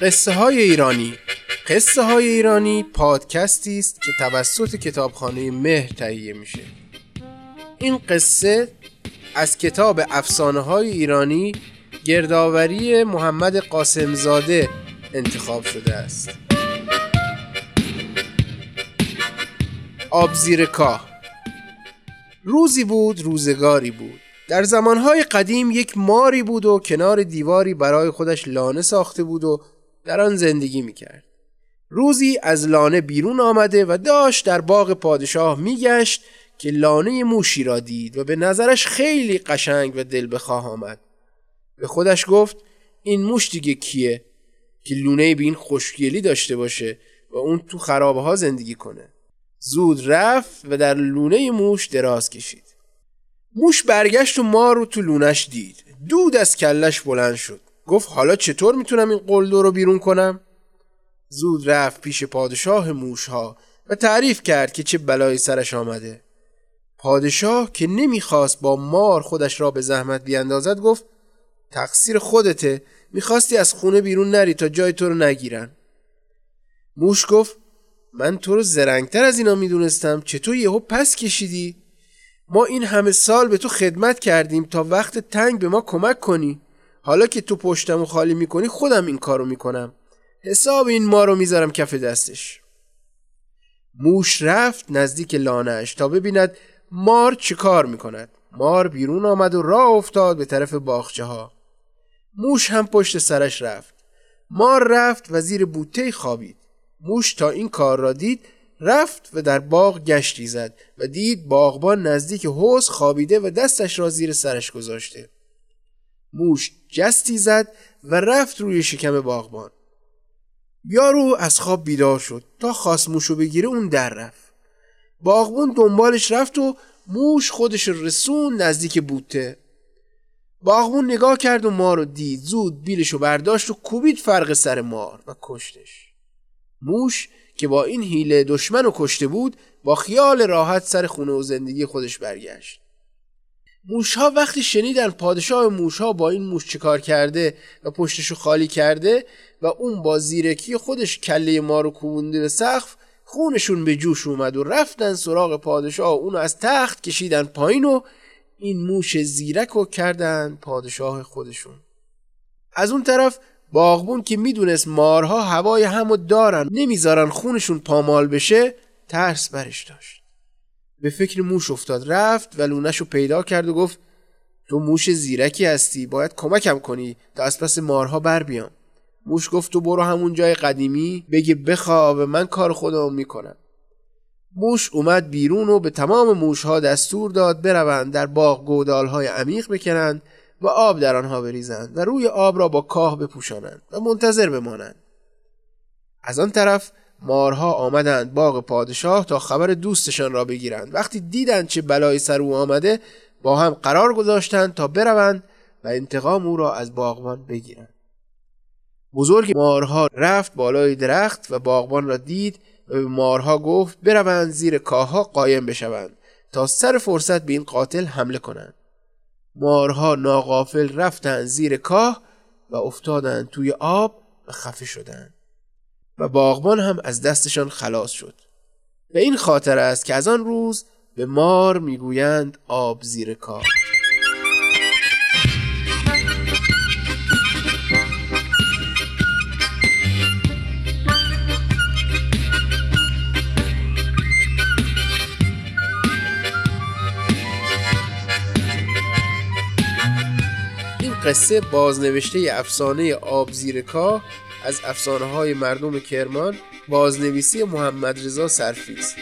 قصه های ایرانی. قصه های ایرانی پادکستی است که توسط کتابخانه مهر تهیه میشه. این قصه از کتاب افسانه های ایرانی گردآوری محمد قاسمزاده انتخاب شده است. آب زیر کاه. روزی بود روزگاری بود. در زمانهای قدیم یک ماری بود و کنار دیواری برای خودش لانه ساخته بود و در آن زندگی میکرد. روزی از لانه بیرون آمده و داشت در باغ پادشاه میگشت که لانه موشی را دید و به نظرش خیلی قشنگ و دل بخواه آمد. به خودش گفت این موش دیگه کیه که لونه به این خوشگلی داشته باشه و اون تو خرابه ها زندگی کنه. زود رفت و در لونه موش دراز کشید. موش برگشت و مار رو تو لونش دید. دود از کلش بلند شد. گفت حالا چطور میتونم این قلدر رو بیرون کنم؟ زود رفت پیش پادشاه موشها و تعریف کرد که چه بلایی سرش آمده. پادشاه که نمیخواست با مار خودش را به زحمت بیاندازد گفت تقصیر خودته، میخواستی از خونه بیرون نری تا جای تو رو نگیرن. موش گفت من تو رو زرنگتر از اینا میدونستم، چطور یهو پس کشیدی؟ ما این همه سال به تو خدمت کردیم تا وقت تنگ به ما کمک کنی. حالا که تو پشتمو خالی میکنی خودم این کارو میکنم. حساب این ما رو میذارم کف دستش. موش رفت نزدیک لانه‌اش تا ببیند مار چه کار میکند. مار بیرون آمد و راه افتاد به طرف باغچه ها. موش هم پشت سرش رفت. مار رفت و زیر بوته خوابید. موش تا این کار را دید رفت و در باغ گشتی زد و دید باغبان نزدیک حوض خوابیده و دستش را زیر سرش گذاشته. موش جستی زد و رفت روی شکم باغبان. یارو از خواب بیدار شد. تا خواست موشو بگیره اون در رفت. باغبان دنبالش رفت و موش خودش رسون نزدیک بوته. باغبان نگاه کرد و مار رو دید. زود بیلشو برداشت و کوبید فرق سر مار و کشتش. موش که با این حیله دشمن رو کشته بود با خیال راحت سر خونه و زندگی خودش برگشت. موشها وقتی شنیدن پادشاه موشها با این موش چیکار کرده و پشتشو خالی کرده و اون با زیرکی خودش کله ما رو کوبونده به سقف، خونشون به جوش اومد و رفتن سراغ پادشاه و اونو از تخت کشیدن پایین و این موش زیرک رو کردن پادشاه خودشون. از اون طرف باغبون که میدونست مارها هوای همو دارن نمیذارن خونشون پامال بشه ترس برش داشت. به فکر موش افتاد. رفت و لونه‌شو پیدا کرد و گفت تو موش زیرکی هستی، باید کمکم کنی تا از پس مارها بر بیام. موش گفت تو برو همون جای قدیمی بگی بخواب و من کار خودم میکنم. موش اومد بیرون و به تمام موشها دستور داد بروند در باغ گودالهای عمیق بکنند و آب در آنها بریزند و روی آب را با کاه بپوشانند و منتظر بمانند. از آن طرف مارها آمدند باغ پادشاه تا خبر دوستشان را بگیرند. وقتی دیدند چه بلایی سر او آمده با هم قرار گذاشتند تا بروند و انتقام او را از باغبان بگیرند. بزرگ مارها رفت بالای درخت و باغبان را دید و به مارها گفت بروند زیر کاهها قایم بشوند تا سر فرصت به این قاتل حمله کنند. مارها ناغافل رفتند زیر کاه و افتادند توی آب و خفه شدند و باغبان هم از دستشان خلاص شد. به این خاطر است که از آن روز به مار میگویند آب زیر کاه. قصه بازنوشته افسانه آب زیر کاه از افسانه های مردم کرمان، بازنویسی محمد رضا سرفیز.